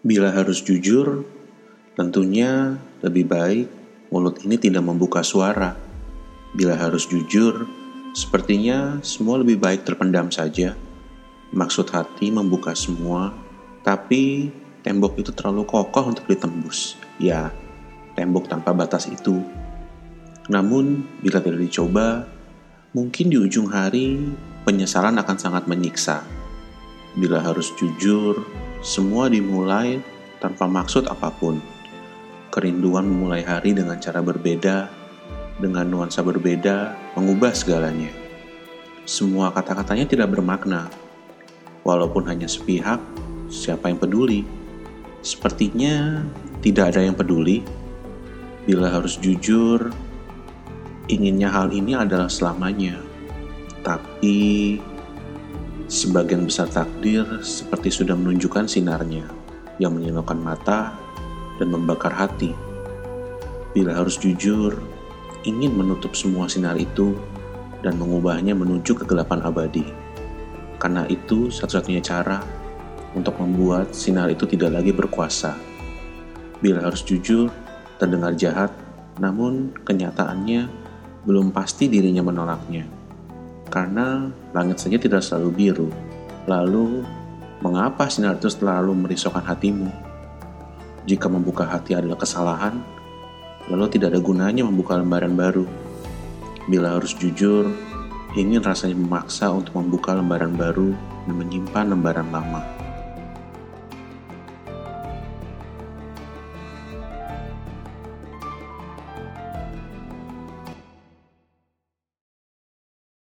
Bila harus jujur, tentunya lebih baik mulut ini tidak membuka suara. Bila harus jujur, sepertinya semua lebih baik terpendam saja. Maksud hati membuka semua, tapi tembok itu terlalu kokoh untuk ditembus. Ya, tembok tanpa batas itu. Namun, bila tidak dicoba, mungkin di ujung hari penyesalan akan sangat menyiksa. Bila harus jujur, semua dimulai tanpa maksud apapun. Kerinduan memulai hari dengan cara berbeda, dengan nuansa berbeda, mengubah segalanya. Semua kata-katanya tidak bermakna. Walaupun hanya sepihak, siapa yang peduli? Sepertinya tidak ada yang peduli. Bila harus jujur, inginnya hal ini adalah selamanya. Tapi sebagian besar takdir seperti sudah menunjukkan sinarnya yang menyilaukan mata dan membakar hati. Bila harus jujur, ingin menutup semua sinar itu dan mengubahnya menuju kegelapan abadi. Karena itu satu-satunya cara untuk membuat sinar itu tidak lagi berkuasa. Bila harus jujur, terdengar jahat, namun kenyataannya belum pasti dirinya menolaknya. Karena langit saja tidak selalu biru. Lalu, mengapa sinar itu selalu merisaukan hatimu? Jika membuka hati adalah kesalahan, lalu tidak ada gunanya membuka lembaran baru. Bila harus jujur, ingin rasanya memaksa untuk membuka lembaran baru dan menyimpan lembaran lama.